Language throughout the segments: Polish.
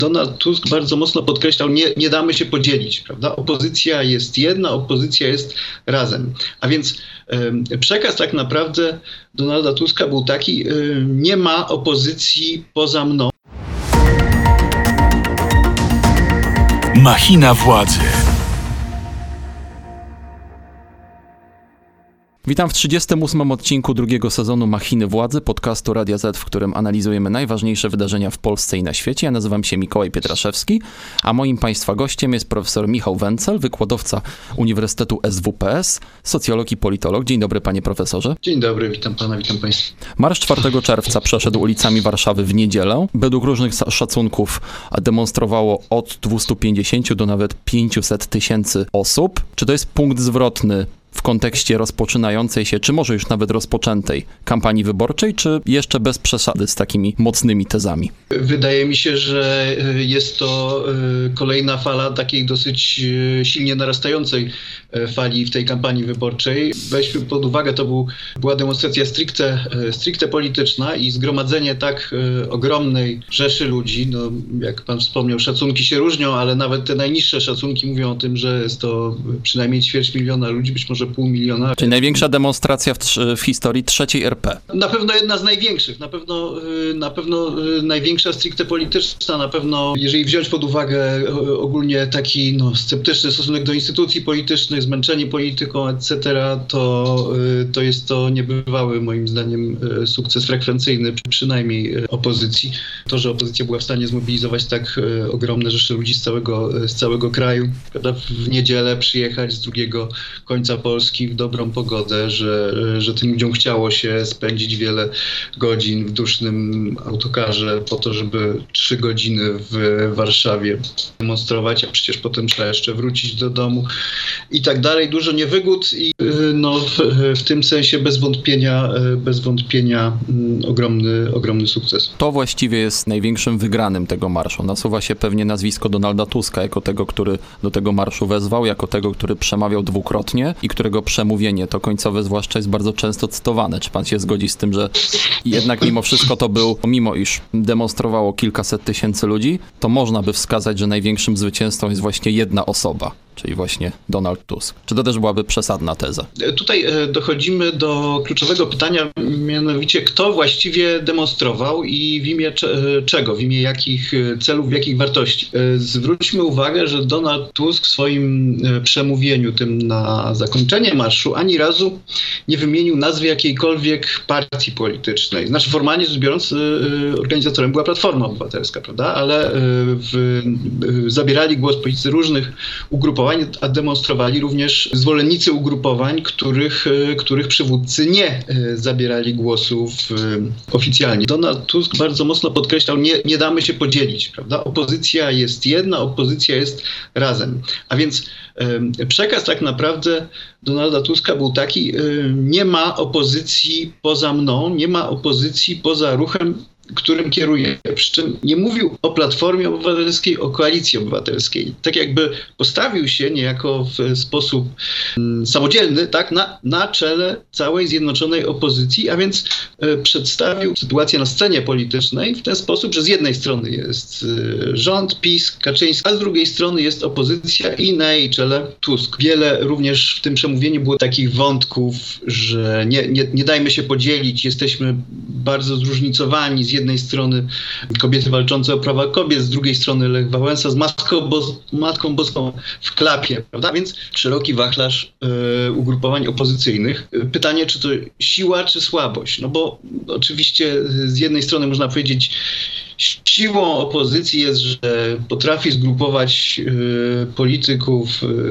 Donald Tusk bardzo mocno podkreślał, nie damy się podzielić, prawda? Opozycja jest jedna, opozycja jest razem. A więc przekaz tak naprawdę Donalda Tuska był taki, nie ma opozycji poza mną. Machina władzy. Witam w 38. odcinku drugiego sezonu Machiny Władzy, podcastu Radia Z, w którym analizujemy najważniejsze wydarzenia w Polsce i na świecie. Ja nazywam się Mikołaj Pietraszewski, a moim Państwa gościem jest profesor Michał Wencel, wykładowca Uniwersytetu SWPS, socjolog i politolog. Dzień dobry, panie profesorze. Dzień dobry, witam pana, witam państwa. Marsz 4 czerwca przeszedł ulicami Warszawy w niedzielę. Według różnych szacunków demonstrowało od 250 do nawet 500 tysięcy osób. Czy to jest punkt zwrotny w kontekście rozpoczynającej się, czy może już nawet rozpoczętej kampanii wyborczej, czy jeszcze bez przesady z takimi mocnymi tezami? Wydaje mi się, że jest to kolejna fala takiej dosyć silnie narastającej fali w tej kampanii wyborczej. Weźmy pod uwagę, była demonstracja stricte polityczna i zgromadzenie tak ogromnej rzeszy ludzi, no jak pan wspomniał, szacunki się różnią, ale nawet te najniższe szacunki mówią o tym, że jest to przynajmniej 250 000 ludzi, być może 500 000. Czyli największa demonstracja w historii III RP. Na pewno jedna z największych, na pewno największa stricte polityczna, na pewno jeżeli wziąć pod uwagę ogólnie taki sceptyczny stosunek do instytucji politycznych, zmęczenie polityką, etc., to jest to niebywały moim zdaniem sukces frekwencyjny, przynajmniej opozycji. To, że opozycja była w stanie zmobilizować tak ogromne rzesze ludzi z całego kraju, prawda, w niedzielę przyjechać z drugiego końca Polski w dobrą pogodę, że tym ludziom chciało się spędzić wiele godzin w dusznym autokarze po to, żeby 3 godziny w Warszawie demonstrować, a przecież potem trzeba jeszcze wrócić do domu i tak dalej. Dużo niewygód i w tym sensie bez wątpienia ogromny sukces. To właściwie jest największym wygranym tego marszu. Nasuwa się pewnie nazwisko Donalda Tuska jako tego, który do tego marszu wezwał, jako tego, który przemawiał dwukrotnie i którego przemówienie, to końcowe zwłaszcza, jest bardzo często cytowane. Czy pan się zgodzi z tym, że jednak mimo wszystko to był, mimo iż demonstrowało kilkaset tysięcy ludzi, to można by wskazać, że największym zwycięzcą jest właśnie jedna osoba, czyli właśnie Donald Tusk. Czy to też byłaby przesadna teza? Tutaj dochodzimy do kluczowego pytania, mianowicie kto właściwie demonstrował i w imię czego, w imię jakich celów, w jakich wartości. Zwróćmy uwagę, że Donald Tusk w swoim przemówieniu tym na zakończenie marszu ani razu nie wymienił nazwy jakiejkolwiek partii politycznej. Znaczy formalnie rzecz biorąc organizatorem była Platforma Obywatelska, prawda? Ale zabierali głos politycy różnych ugrupowań, a demonstrowali również zwolennicy ugrupowań, których przywódcy nie zabierali głosów oficjalnie. Donald Tusk bardzo mocno podkreślał, nie damy się podzielić, prawda? Opozycja jest jedna, opozycja jest razem. A więc przekaz tak naprawdę Donalda Tuska był taki, nie ma opozycji poza mną, nie ma opozycji poza ruchem, którym kieruje. Przy czym nie mówił o Platformie Obywatelskiej, o Koalicji Obywatelskiej. Tak jakby postawił się niejako w sposób samodzielny, tak, na czele całej zjednoczonej opozycji, a więc przedstawił sytuację na scenie politycznej w ten sposób, że z jednej strony jest rząd, PiS, Kaczyński, a z drugiej strony jest opozycja i na jej czele Tusk. Wiele również w tym przemówieniu było takich wątków, że nie dajmy się podzielić, jesteśmy bardzo zróżnicowani. Z jednej strony kobiety walczące o prawa kobiet, z drugiej strony Lech Wałęsa z Matką Boską w klapie, prawda? Więc szeroki wachlarz ugrupowań opozycyjnych. Pytanie, czy to siła, czy słabość? No bo oczywiście z jednej strony można powiedzieć, siłą opozycji jest, że potrafi zgrupować polityków,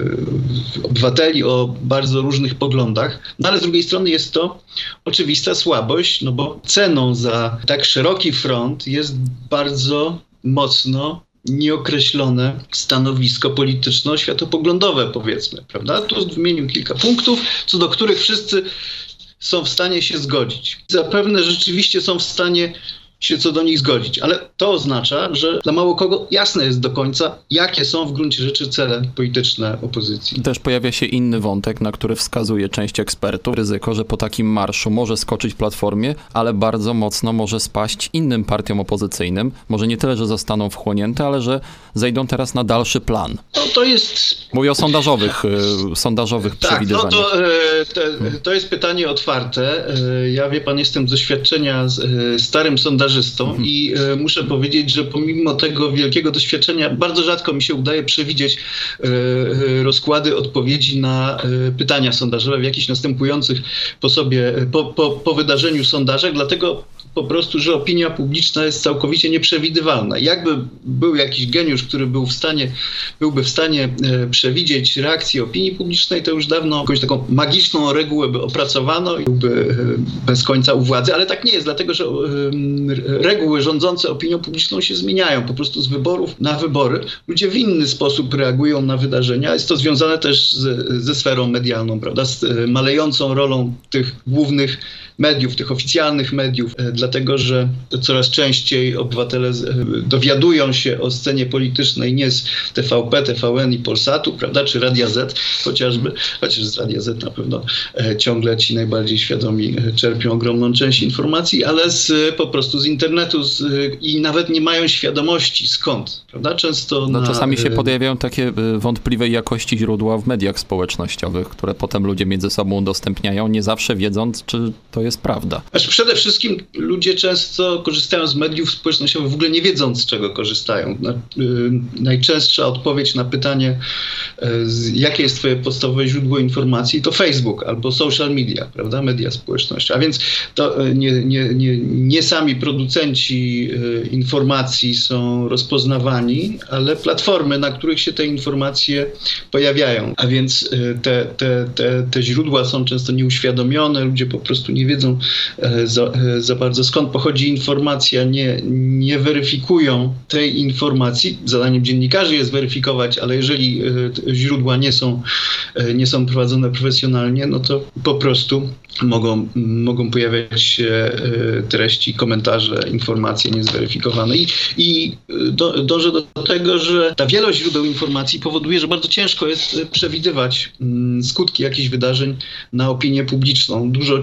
obywateli o bardzo różnych poglądach, no ale z drugiej strony jest to oczywista słabość, no bo ceną za tak szeroki front jest bardzo mocno nieokreślone stanowisko polityczno-światopoglądowe, powiedzmy, prawda? Tu wymienił kilka punktów, co do których wszyscy są w stanie się zgodzić. Zapewne rzeczywiście są w stanie się co do nich zgodzić, ale to oznacza, że dla mało kogo jasne jest do końca, jakie są w gruncie rzeczy cele polityczne opozycji. Też pojawia się inny wątek, na który wskazuje część ekspertów. Ryzyko, że po takim marszu może skoczyć Platformie, ale bardzo mocno może spaść innym partiom opozycyjnym. Może nie tyle, że zostaną wchłonięte, ale że zejdą teraz na dalszy plan. No to jest... Mówię o sondażowych przewidywaniach. To jest pytanie otwarte. Ja, wie pan, jestem z doświadczenia starym sondażystą i muszę powiedzieć, że pomimo tego wielkiego doświadczenia bardzo rzadko mi się udaje przewidzieć rozkłady odpowiedzi na pytania sondażowe w jakichś następujących po wydarzeniu sondażach, dlatego po prostu, że opinia publiczna jest całkowicie nieprzewidywalna. Jakby był jakiś geniusz, który byłby w stanie przewidzieć reakcję opinii publicznej, to już dawno jakąś taką magiczną regułę by opracowano i byłby bez końca u władzy, ale tak nie jest, dlatego że reguły rządzące opinią publiczną się zmieniają. Po prostu z wyborów na wybory ludzie w inny sposób reagują na wydarzenia. Jest to związane też ze sferą medialną, prawda? Z malejącą rolą tych głównych mediów, tych oficjalnych mediów, dlatego że coraz częściej obywatele dowiadują się o scenie politycznej nie z TVP, TVN i Polsatu, prawda, czy Radia Z chociażby, chociaż z Radia Z na pewno ciągle ci najbardziej świadomi czerpią ogromną część informacji, ale po prostu z internetu i nawet nie mają świadomości skąd, prawda, często czasami się pojawiają takie wątpliwej jakości źródła w mediach społecznościowych, które potem ludzie między sobą udostępniają, nie zawsze wiedząc, czy to jest prawda. Przede wszystkim ludzie często korzystają z mediów społecznościowych w ogóle nie wiedząc, z czego korzystają. Najczęstsza odpowiedź na pytanie, jakie jest twoje podstawowe źródło informacji, to Facebook albo social media, prawda, media społecznościowe. A więc to nie sami producenci informacji są rozpoznawani, ale platformy, na których się te informacje pojawiają. A więc te źródła są często nieuświadomione, ludzie po prostu nie wiedzą za bardzo skąd pochodzi informacja, nie weryfikują tej informacji. Zadaniem dziennikarzy jest weryfikować, ale jeżeli źródła nie są prowadzone profesjonalnie, no to po prostu mogą pojawiać się treści, komentarze, informacje niezweryfikowane. I dążę do tego, że ta wielość źródeł informacji powoduje, że bardzo ciężko jest przewidywać skutki jakichś wydarzeń na opinię publiczną. Dużo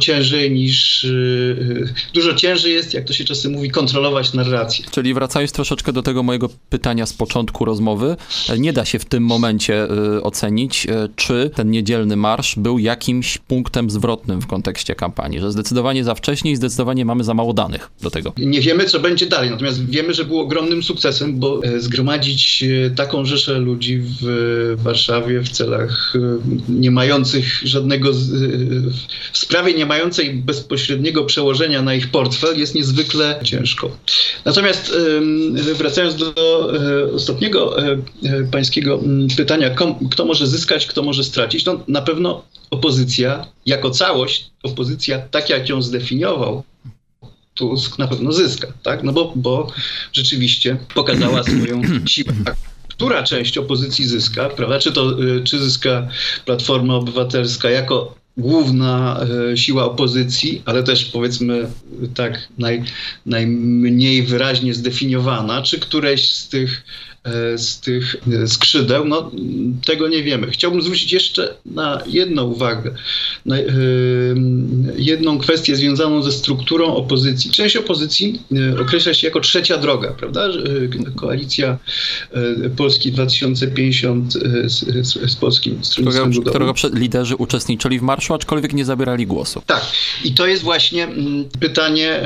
ciężej jest, jak to się czasem mówi, kontrolować narrację. Czyli wracając troszeczkę do tego mojego pytania z początku rozmowy, nie da się w tym momencie ocenić, czy ten niedzielny marsz był jakimś punktem zwrotnym w kontekście kampanii, że zdecydowanie za wcześnie i zdecydowanie mamy za mało danych do tego. Nie wiemy, co będzie dalej, natomiast wiemy, że było ogromnym sukcesem, bo zgromadzić taką rzeszę ludzi w Warszawie w celach nie mających żadnego, w sprawie nie mającej bezpośredniego przełożenia na ich portfel jest niezwykle ciężko. Natomiast wracając do ostatniego pańskiego pytania, kto może zyskać, kto może stracić, no na pewno opozycja jako całość, opozycja tak jak ją zdefiniował Tusk, na pewno zyska, tak? No bo rzeczywiście pokazała swoją siłę. Która część opozycji zyska, prawda? Czy zyska Platforma Obywatelska jako główna siła opozycji, ale też powiedzmy tak najmniej wyraźnie zdefiniowana, czy któreś z tych skrzydeł, no tego nie wiemy. Chciałbym zwrócić jeszcze na jedną uwagę, na jedną kwestię związaną ze strukturą opozycji. Część opozycji określa się jako trzecia droga, prawda? Koalicja Polski 2050 z Polskim Stronnictwem Ludowym. Którego liderzy uczestniczyli w marszu, aczkolwiek nie zabierali głosu. Tak. I to jest właśnie pytanie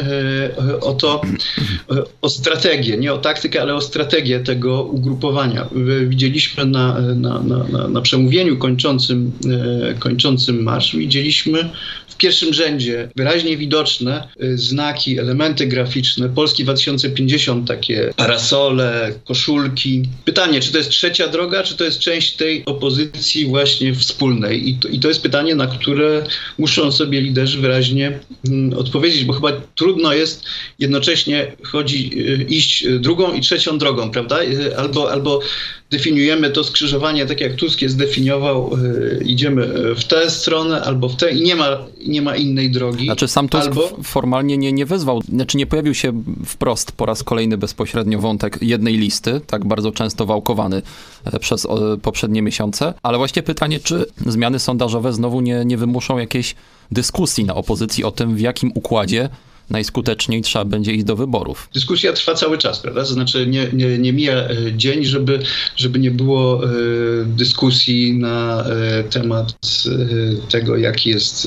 o strategię, nie o taktykę, ale o strategię tego ugrupowania. Widzieliśmy na przemówieniu kończącym marsz, widzieliśmy w pierwszym rzędzie wyraźnie widoczne znaki, elementy graficzne Polski 2050, takie parasole, koszulki. Pytanie, czy to jest trzecia droga, czy to jest część tej opozycji właśnie wspólnej? I to jest pytanie, na które muszą sobie liderzy wyraźnie odpowiedzieć, bo chyba trudno jest jednocześnie iść drugą i trzecią drogą, prawda? Albo definiujemy to skrzyżowanie tak jak Tusk je zdefiniował, idziemy w tę stronę albo w tę i nie ma innej drogi. Znaczy sam Tusk formalnie nie wezwał, znaczy nie pojawił się wprost po raz kolejny bezpośrednio wątek jednej listy, tak bardzo często wałkowany przez poprzednie miesiące, ale właśnie pytanie, czy zmiany sondażowe znowu nie wymuszą jakiejś dyskusji na opozycji o tym, w jakim układzie najskuteczniej trzeba będzie iść do wyborów. Dyskusja trwa cały czas, prawda? To znaczy nie mija dzień, żeby nie było dyskusji na temat tego, jak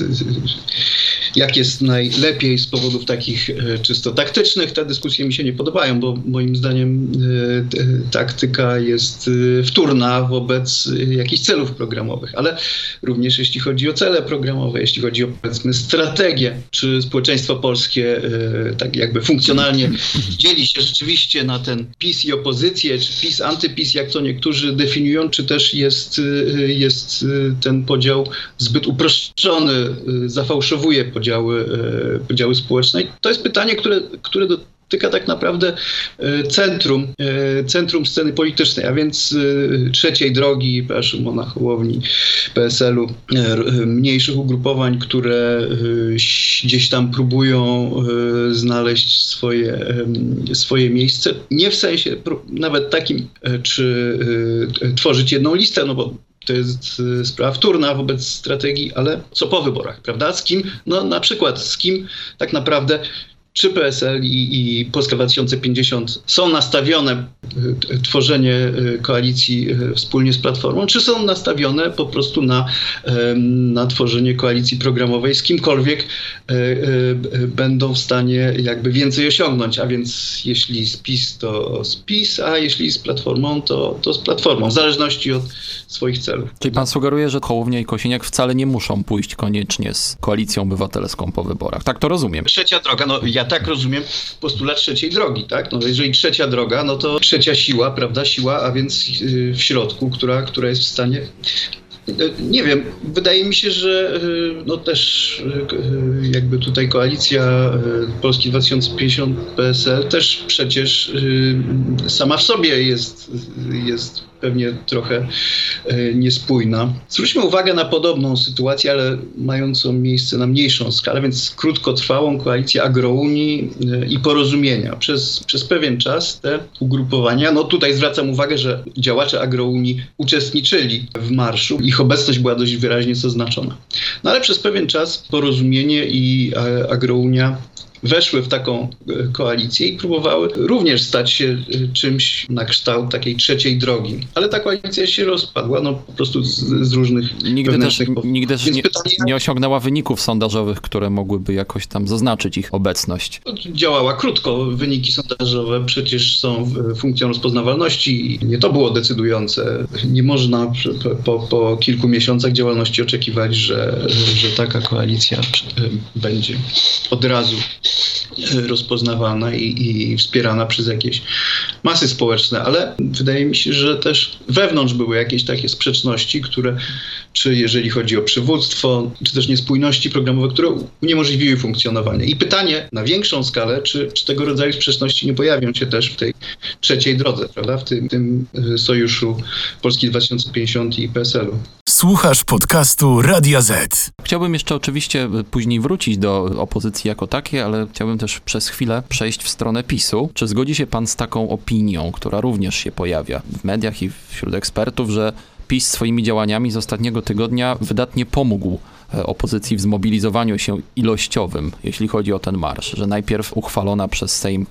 jest najlepiej z powodów takich czysto taktycznych. Te dyskusje mi się nie podobają, bo moim zdaniem taktyka jest wtórna wobec jakichś celów programowych, ale również jeśli chodzi o cele programowe, jeśli chodzi o, powiedzmy, strategię, czy społeczeństwo polskie tak jakby funkcjonalnie dzieli się rzeczywiście na ten PiS i opozycję, czy PiS, antyPiS, jak to niektórzy definiują, czy też jest ten podział zbyt uproszczony, zafałszowuje podziały społeczne. I to jest pytanie, które dotyka tak naprawdę centrum sceny politycznej, a więc trzeciej drogi, Szymona Hołowni, PSL-u, mniejszych ugrupowań, które gdzieś tam próbują znaleźć swoje miejsce. Nie w sensie nawet takim, czy tworzyć jedną listę, no bo to jest sprawa wtórna wobec strategii, ale co po wyborach, prawda? Z kim? No na przykład z kim tak naprawdę czy PSL i Polska 2050 są nastawione tworzenie koalicji wspólnie z Platformą, czy są nastawione po prostu na tworzenie koalicji programowej z kimkolwiek będą w stanie jakby więcej osiągnąć, a więc jeśli z PiS, to z PiS, a jeśli z Platformą, to z Platformą, w zależności od swoich celów. Czyli pan sugeruje, że Hołownia i Kosiniak wcale nie muszą pójść koniecznie z Koalicją Obywatelską po wyborach. Tak to rozumiem. Trzecia droga, no ja tak rozumiem postulat trzeciej drogi, tak? No jeżeli trzecia droga, no to trzecia siła, prawda? Siła, a więc w środku, która jest w stanie... Nie wiem, wydaje mi się, że no też jakby tutaj koalicja Polski 2050 PSL też przecież sama w sobie jest pewnie trochę niespójna. Zwróćmy uwagę na podobną sytuację, ale mającą miejsce na mniejszą skalę, więc krótkotrwałą koalicję Agrounii i Porozumienia. Przez pewien czas te ugrupowania, no tutaj zwracam uwagę, że działacze Agrounii uczestniczyli w marszu, ich obecność była dość wyraźnie zaznaczona. No ale przez pewien czas Porozumienie i Agrounia weszły w taką koalicję i próbowały również stać się czymś na kształt takiej trzeciej drogi. Ale ta koalicja się rozpadła, no po prostu z różnych Nigdy też nie osiągnęła wyników sondażowych, które mogłyby jakoś tam zaznaczyć ich obecność. Działała krótko. Wyniki sondażowe przecież są funkcją rozpoznawalności i nie to było decydujące. Nie można po kilku miesiącach działalności oczekiwać, że taka koalicja będzie od razu rozpoznawana i wspierana przez jakieś masy społeczne, ale wydaje mi się, że też wewnątrz były jakieś takie sprzeczności, które, czy jeżeli chodzi o przywództwo, czy też niespójności programowe, które uniemożliwiły funkcjonowanie. I pytanie na większą skalę, czy tego rodzaju sprzeczności nie pojawią się też w tej trzeciej drodze, prawda? W tym sojuszu Polski 2050 i PSL-u. Słuchasz podcastu Radia Z. Chciałbym jeszcze oczywiście później wrócić do opozycji jako takiej, ale chciałbym też przez chwilę przejść w stronę PiS-u. Czy zgodzi się pan z taką opinią, która również się pojawia w mediach i wśród ekspertów, że PiS swoimi działaniami z ostatniego tygodnia wydatnie pomógł opozycji w zmobilizowaniu się ilościowym, jeśli chodzi o ten marsz, że najpierw uchwalona przez Sejm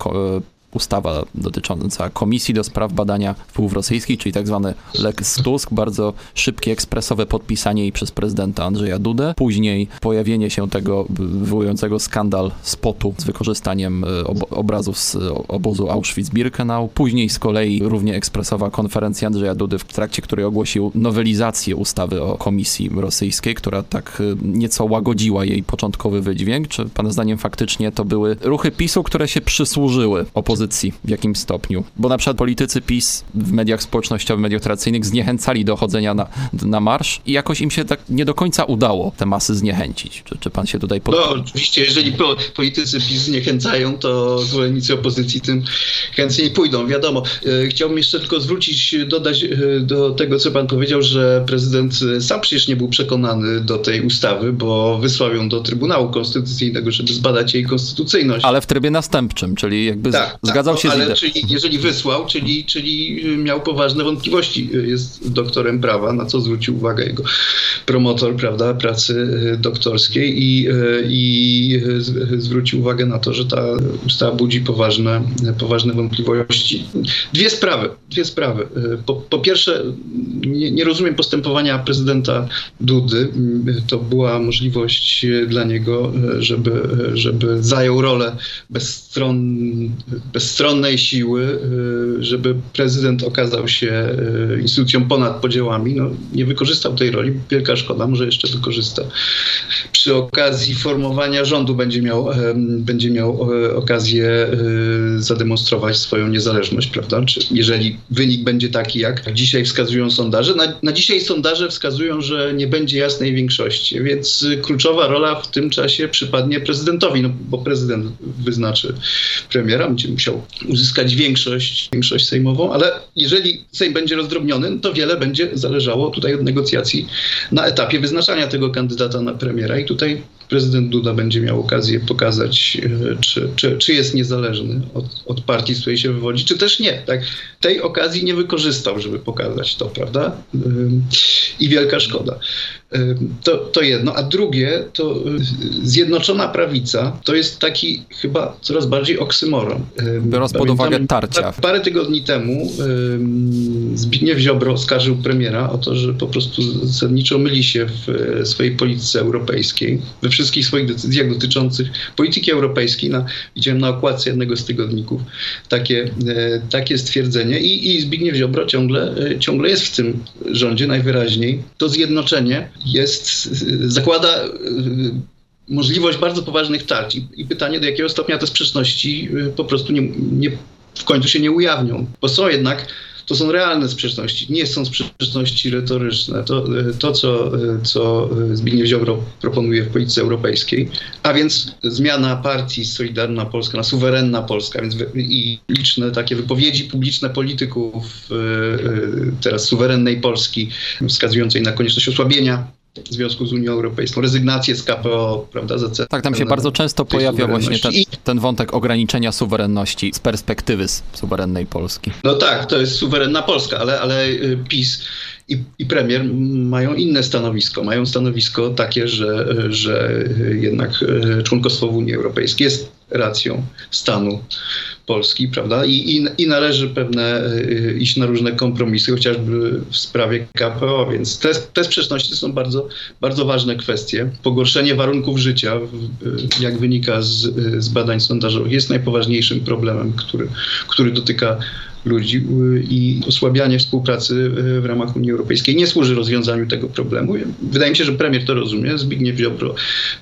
ustawa dotycząca Komisji do Spraw Badania Wpływów Rosyjskich, czyli tak zwany Lex Tusk, bardzo szybkie, ekspresowe podpisanie jej przez prezydenta Andrzeja Dudę. Później pojawienie się tego wywołującego skandal spotu z wykorzystaniem obrazów z obozu Auschwitz-Birkenau. Później z kolei równie ekspresowa konferencja Andrzeja Dudy, w trakcie której ogłosił nowelizację ustawy o Komisji Rosyjskiej, która tak nieco łagodziła jej początkowy wydźwięk. Czy pana zdaniem faktycznie to były ruchy PiS-u, które się przysłużyły opozycji opozycji, w jakim stopniu? Bo na przykład politycy PiS w mediach społecznościowych, mediach tradycyjnych zniechęcali do chodzenia na marsz i jakoś im się tak nie do końca udało te masy zniechęcić. Czy pan się tutaj No oczywiście, jeżeli politycy PiS zniechęcają, to zwolennicy opozycji tym chętniej pójdą, wiadomo. Chciałbym jeszcze tylko dodać do tego, co pan powiedział, że prezydent sam przecież nie był przekonany do tej ustawy, bo wysłał ją do Trybunału Konstytucyjnego, żeby zbadać jej konstytucyjność. Ale w trybie następczym, czyli jakby zgadzał się z ideą. Czyli jeżeli wysłał, czyli miał poważne wątpliwości, jest doktorem prawa, na co zwrócił uwagę jego promotor, prawda, pracy doktorskiej i zwrócił uwagę na to, że ta ustawa budzi poważne wątpliwości. Dwie sprawy. Po pierwsze, nie rozumiem postępowania prezydenta Dudy. To była możliwość dla niego, żeby zajął rolę bezstronnej siły, żeby prezydent okazał się instytucją ponad podziałami. No, nie wykorzystał tej roli. Wielka szkoda, może jeszcze wykorzysta. Przy okazji formowania rządu będzie miał okazję zademonstrować swoją niezależność, prawda? Jeżeli wynik będzie taki, jak dzisiaj wskazują sondaże. Na dzisiaj sondaże wskazują, że nie będzie jasnej większości, więc kluczowa rola w tym czasie przypadnie prezydentowi, no bo prezydent wyznaczy premiera, będzie musiał uzyskać większość sejmową, ale jeżeli Sejm będzie rozdrobniony, to wiele będzie zależało tutaj od negocjacji na etapie wyznaczania tego kandydata na premiera i tutaj prezydent Duda będzie miał okazję pokazać, czy jest niezależny od partii, z której się wywodzi, czy też nie. Tak? Tej okazji nie wykorzystał, żeby pokazać to, prawda? I wielka szkoda. To jedno. A drugie, to Zjednoczona Prawica to jest taki chyba coraz bardziej oksymoron. Biorąc pod uwagę tarcia. Parę tygodni temu Zbigniew Ziobro oskarżył premiera o to, że po prostu zasadniczo myli się w swojej polityce europejskiej, we wszystkich swoich decyzjach dotyczących polityki europejskiej. Widziałem na okładce jednego z tygodników takie stwierdzenie i Zbigniew Ziobro ciągle jest w tym rządzie najwyraźniej. To zjednoczenie zakłada możliwość bardzo poważnych tarć i pytanie, do jakiego stopnia te sprzeczności po prostu w końcu się nie ujawnią, bo to są realne sprzeczności, nie są sprzeczności retoryczne. To co Zbigniew Ziobro proponuje w polityce europejskiej, a więc zmiana partii Solidarna Polska na Suwerenna Polska, więc i liczne takie wypowiedzi publiczne polityków teraz suwerennej Polski, wskazującej na konieczność osłabienia związku z Unią Europejską, rezygnację z KPO, prawda? Tak, tam się bardzo często pojawia właśnie ten wątek ograniczenia suwerenności z perspektywy suwerennej Polski. No tak, to jest suwerenna Polska, ale PiS i premier mają inne stanowisko. Mają stanowisko takie, że jednak członkostwo w Unii Europejskiej jest racją stanu Polski, prawda? I należy iść na różne kompromisy, chociażby w sprawie KPO, więc te sprzeczności są bardzo, bardzo ważne kwestie. Pogorszenie warunków życia, jak wynika z badań sondażowych, jest najpoważniejszym problemem, który dotyka ludzi i osłabianie współpracy w ramach Unii Europejskiej nie służy rozwiązaniu tego problemu. Wydaje mi się, że premier to rozumie. Zbigniew Ziobro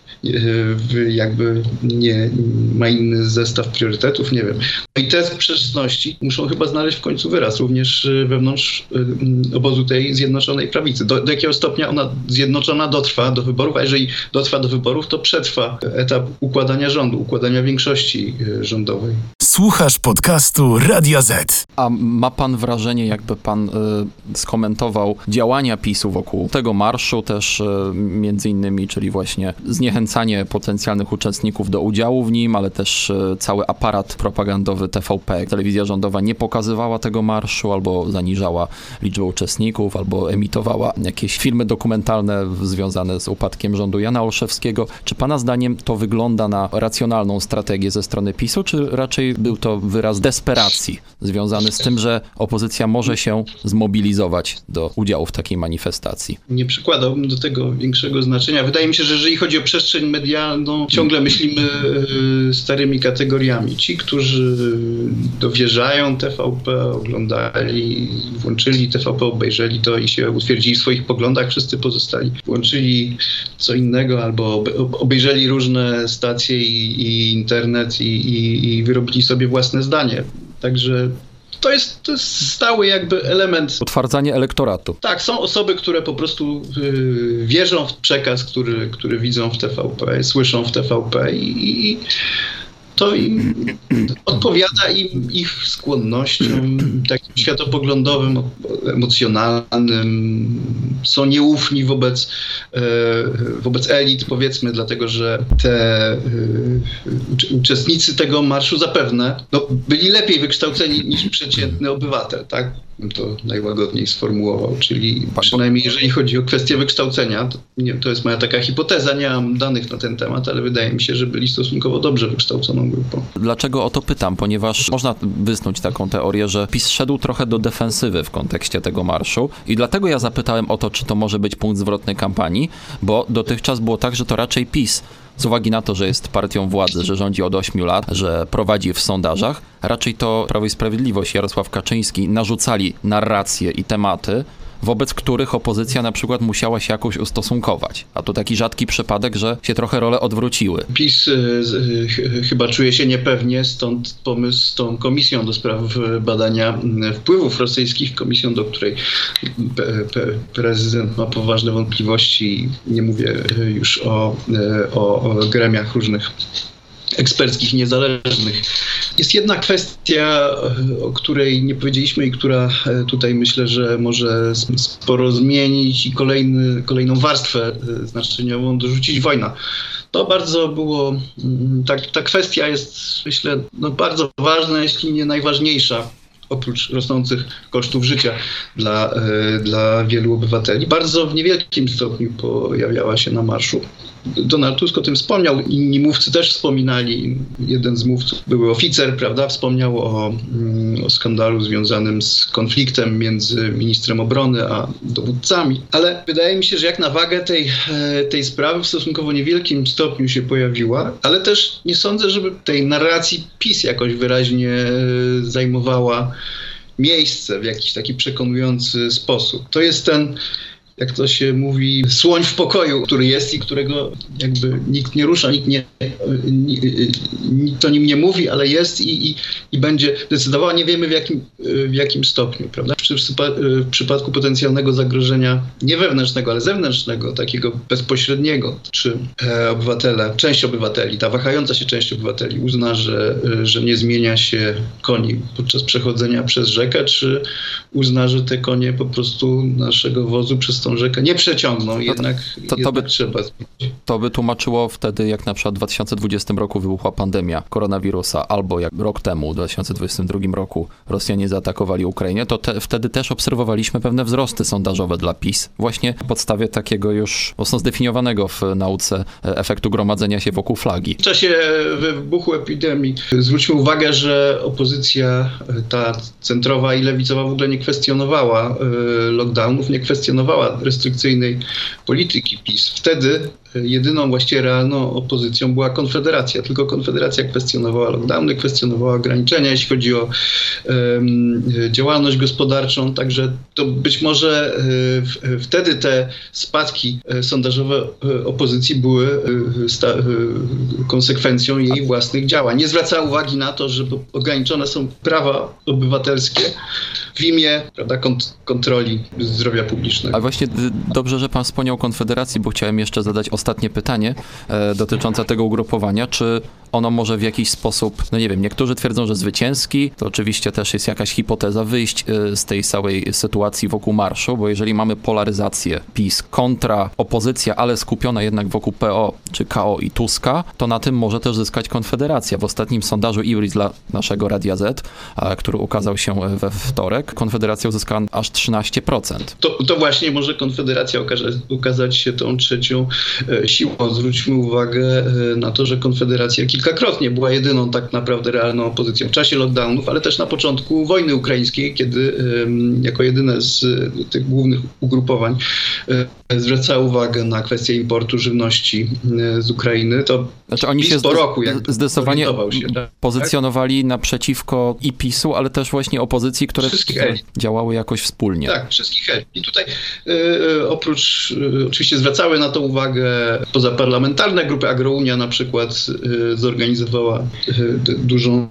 jakby nie ma inny zestaw priorytetów, nie wiem. I te sprzeczności muszą chyba znaleźć w końcu wyraz również wewnątrz obozu tej Zjednoczonej Prawicy. Do jakiego stopnia ona zjednoczona dotrwa do wyborów, a jeżeli dotrwa do wyborów, to przetrwa etap układania rządu, układania większości rządowej. Słuchasz podcastu Radia Z. A ma pan wrażenie, jakby pan skomentował działania PiS-u wokół tego marszu też między innymi, czyli właśnie zniechęcanie potencjalnych uczestników do udziału w nim, ale też cały aparat propagandowy TVP. Telewizja rządowa nie pokazywała tego marszu, albo zaniżała liczbę uczestników, albo emitowała jakieś filmy dokumentalne związane z upadkiem rządu Jana Olszewskiego. Czy pana zdaniem to wygląda na racjonalną strategię ze strony PiS-u, czy raczej był to wyraz desperacji związany z tym, że opozycja może się zmobilizować do udziału w takiej manifestacji? Nie przykładałbym do tego większego znaczenia. Wydaje mi się, że jeżeli chodzi o przestrzeń przestrzeń medialną ciągle myślimy starymi kategoriami. Ci, którzy dowierzają TVP, oglądali, włączyli TVP, obejrzeli to i się utwierdzili w swoich poglądach, wszyscy pozostali włączyli co innego albo obejrzeli różne stacje i internet i wyrobili sobie własne zdanie. Także to jest stały jakby element. Utwardzanie elektoratu. Tak, są osoby, które po prostu wierzą w przekaz, który widzą w TVP, słyszą w TVP i to im odpowiada im ich skłonnościom takim światopoglądowym, emocjonalnym. Są nieufni wobec elit, powiedzmy, dlatego że uczestnicy tego marszu zapewne byli lepiej wykształceni niż przeciętny obywatel, tak? To najłagodniej sformułował, czyli przynajmniej jeżeli chodzi o kwestię wykształcenia, to jest moja taka hipoteza, nie mam danych na ten temat, ale wydaje mi się, że byli stosunkowo dobrze wykształconą grupą. Dlaczego o to pytam? Ponieważ można wysnuć taką teorię, że PiS szedł trochę do defensywy w kontekście tego marszu i dlatego ja zapytałem o to, czy to może być punkt zwrotny kampanii, bo dotychczas było tak, że to raczej PiS, z uwagi na to, że jest partią władzy, że rządzi od 8 lat, że prowadzi w sondażach, raczej to Prawo i Sprawiedliwość, Jarosław Kaczyński narzucali narracje i tematy, wobec których opozycja na przykład musiała się jakoś ustosunkować. A to taki rzadki przypadek, że się trochę role odwróciły. PiS chyba czuje się niepewnie, stąd pomysł z tą komisją do spraw badania wpływów rosyjskich, komisją, do której prezydent ma poważne wątpliwości. Nie mówię już o gremiach różnych eksperckich, niezależnych. Jest jedna kwestia, o której nie powiedzieliśmy i która tutaj myślę, że może sporo zmienić i kolejną warstwę znaczeniową dorzucić: wojna. To bardzo było, ta kwestia jest, myślę, bardzo ważna, jeśli nie najważniejsza, oprócz rosnących kosztów życia dla wielu obywateli. Bardzo w niewielkim stopniu pojawiała się na marszu. Donald Tusk o tym wspomniał, inni mówcy też wspominali. Jeden z mówców, były oficer, prawda, wspomniał o skandalu związanym z konfliktem między ministrem obrony a dowódcami. Ale wydaje mi się, że jak na wagę tej sprawy w stosunkowo niewielkim stopniu się pojawiła, ale też nie sądzę, żeby tej narracji PiS jakoś wyraźnie zajmowała miejsce w jakiś taki przekonujący sposób. To jest ten, jak to się mówi, słoń w pokoju, który jest i którego jakby nikt nie rusza, nikt o nim nie mówi, ale jest i będzie decydował. Nie wiemy w jakim stopniu, prawda? W przypadku potencjalnego zagrożenia nie wewnętrznego, ale zewnętrznego, takiego bezpośredniego, czy część obywateli, ta wahająca się część obywateli uzna, że nie zmienia się koni podczas przechodzenia przez rzekę, czy uzna, że te konie po prostu naszego wozu przez tą rzekę nie przeciągną, jednak trzeba zmienić. To by tłumaczyło wtedy, jak na przykład w 2020 roku wybuchła pandemia koronawirusa, albo jak rok temu, w 2022 roku Rosjanie zaatakowali Ukrainę, to wtedy też obserwowaliśmy pewne wzrosty sondażowe dla PiS. Właśnie na podstawie takiego już mocno zdefiniowanego w nauce efektu gromadzenia się wokół flagi. W czasie wybuchu epidemii zwróćmy uwagę, że opozycja, ta centrowa i lewicowa, w ogóle nie kwestionowała lockdownów, nie kwestionowała restrykcyjnej polityki PiS. Wtedy jedyną właściwie realną opozycją była Konfederacja. Tylko Konfederacja kwestionowała lockdowny, kwestionowała ograniczenia, jeśli chodzi o działalność gospodarczą. Także to być może wtedy te spadki sondażowe opozycji były konsekwencją jej własnych działań. Nie zwracała uwagi na to, że ograniczone są prawa obywatelskie w imię, prawda, kontroli zdrowia publicznego. A właśnie dobrze, że pan wspomniał Konfederacji, bo chciałem jeszcze zadać ostatnie pytanie dotyczące tego ugrupowania. Czy ono może w jakiś sposób, no nie wiem, niektórzy twierdzą, że zwycięski, to oczywiście też jest jakaś hipoteza, wyjść z tej całej sytuacji wokół marszu, bo jeżeli mamy polaryzację PiS kontra opozycja, ale skupiona jednak wokół PO czy KO i Tuska, to na tym może też zyskać Konfederacja. W ostatnim sondażu IRIS dla naszego Radia Z, który ukazał się we wtorek, Konfederacja uzyskała aż 13%. To właśnie może Konfederacja okazać się tą trzecią siłą. Zwróćmy uwagę na to, że Konfederacja kilka kilkakrotnie była jedyną tak naprawdę realną opozycją w czasie lockdownów, ale też na początku wojny ukraińskiej, kiedy jako jedyne z tych głównych ugrupowań zwraca uwagę na kwestię importu żywności z Ukrainy, to znaczy oni się po roku zdecydowanie pozycjonowali naprzeciwko i PiS-u, ale też właśnie opozycji, które działały jakoś wspólnie. Tak, wszystkich elit. I tutaj oprócz, oczywiście zwracały na to uwagę pozaparlamentarne grupy, Agrounia na przykład zorganizowała dużą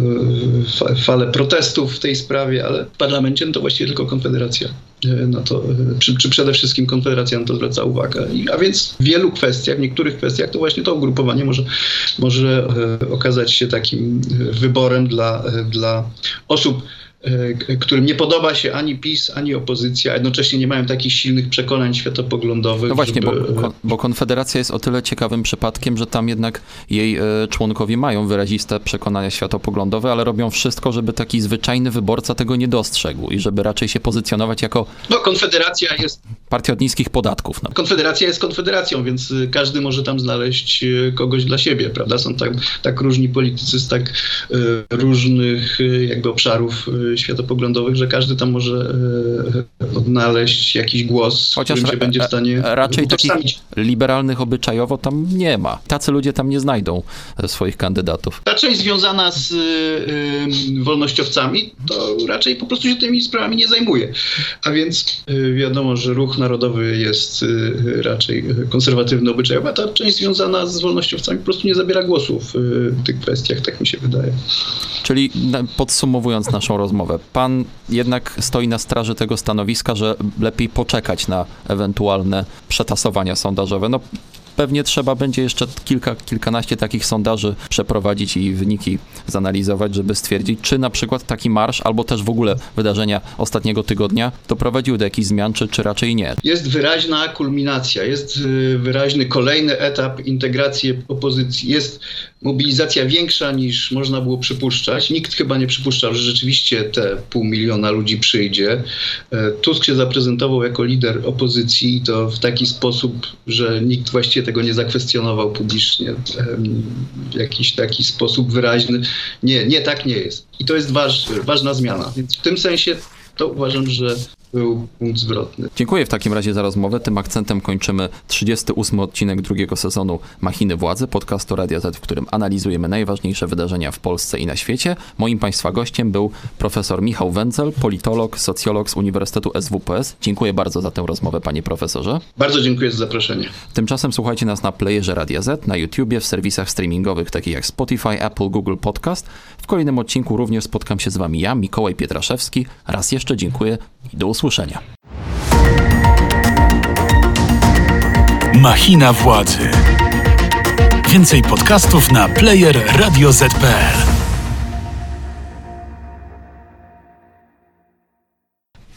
falę protestów w tej sprawie, ale w parlamencie to właściwie tylko Konfederacja na to, czy przede wszystkim Konfederacja na to zwraca uwagę. A więc w wielu kwestiach, w niektórych kwestiach to właśnie to ugrupowanie może okazać się takim wyborem dla osób, którym nie podoba się ani PiS, ani opozycja, a jednocześnie nie mają takich silnych przekonań światopoglądowych. No właśnie, bo Konfederacja jest o tyle ciekawym przypadkiem, że tam jednak jej członkowie mają wyraziste przekonania światopoglądowe, ale robią wszystko, żeby taki zwyczajny wyborca tego nie dostrzegł i żeby raczej się pozycjonować jako Konfederacja jest partia od niskich podatków. No. Konfederacja jest konfederacją, więc każdy może tam znaleźć kogoś dla siebie, prawda? Są tak różni politycy z tak różnych jakby obszarów światopoglądowych, że każdy tam może odnaleźć jakiś głos, chociaż którym się będzie w stanie raczej takich liberalnych obyczajowo tam nie ma. Tacy ludzie tam nie znajdą swoich kandydatów. Ta część związana z wolnościowcami, to raczej po prostu się tymi sprawami nie zajmuje. A więc wiadomo, że ruch narodowy jest raczej konserwatywny obyczajowo, a ta część związana z wolnościowcami po prostu nie zabiera głosu w tych kwestiach, tak mi się wydaje. Czyli podsumowując naszą rozmowę, pan jednak stoi na straży tego stanowiska, że lepiej poczekać na ewentualne przetasowania sondażowe. No, pewnie trzeba będzie jeszcze kilkanaście takich sondaży przeprowadzić i wyniki zanalizować, żeby stwierdzić, czy na przykład taki marsz, albo też w ogóle wydarzenia ostatniego tygodnia doprowadziły do jakichś zmian, czy raczej nie. Jest wyraźna kulminacja, jest wyraźny kolejny etap integracji opozycji. Jest mobilizacja większa niż można było przypuszczać. Nikt chyba nie przypuszczał, że rzeczywiście te 500 000 ludzi przyjdzie. Tusk się zaprezentował jako lider opozycji i to w taki sposób, że nikt właściwie tego nie zakwestionował publicznie w jakiś taki sposób wyraźny. Nie, tak nie jest. I to jest ważna zmiana. Więc w tym sensie to uważam, że był punkt zwrotny. Dziękuję w takim razie za rozmowę. Tym akcentem kończymy 38 odcinek drugiego sezonu Machiny Władzy, podcastu Radia Z, w którym analizujemy najważniejsze wydarzenia w Polsce i na świecie. Moim Państwa gościem był profesor Michał Wędzel, politolog, socjolog z Uniwersytetu SWPS. Dziękuję bardzo za tę rozmowę, panie profesorze. Bardzo dziękuję za zaproszenie. Tymczasem słuchajcie nas na playerze Radia Z, na YouTubie, w serwisach streamingowych takich jak Spotify, Apple, Google Podcast. W kolejnym odcinku również spotkam się z wami ja, Mikołaj Pietraszewski. Raz jeszcze dziękuję i do usłyszenia. Machina Władzy. Więcej podcastów na player radioz.pl.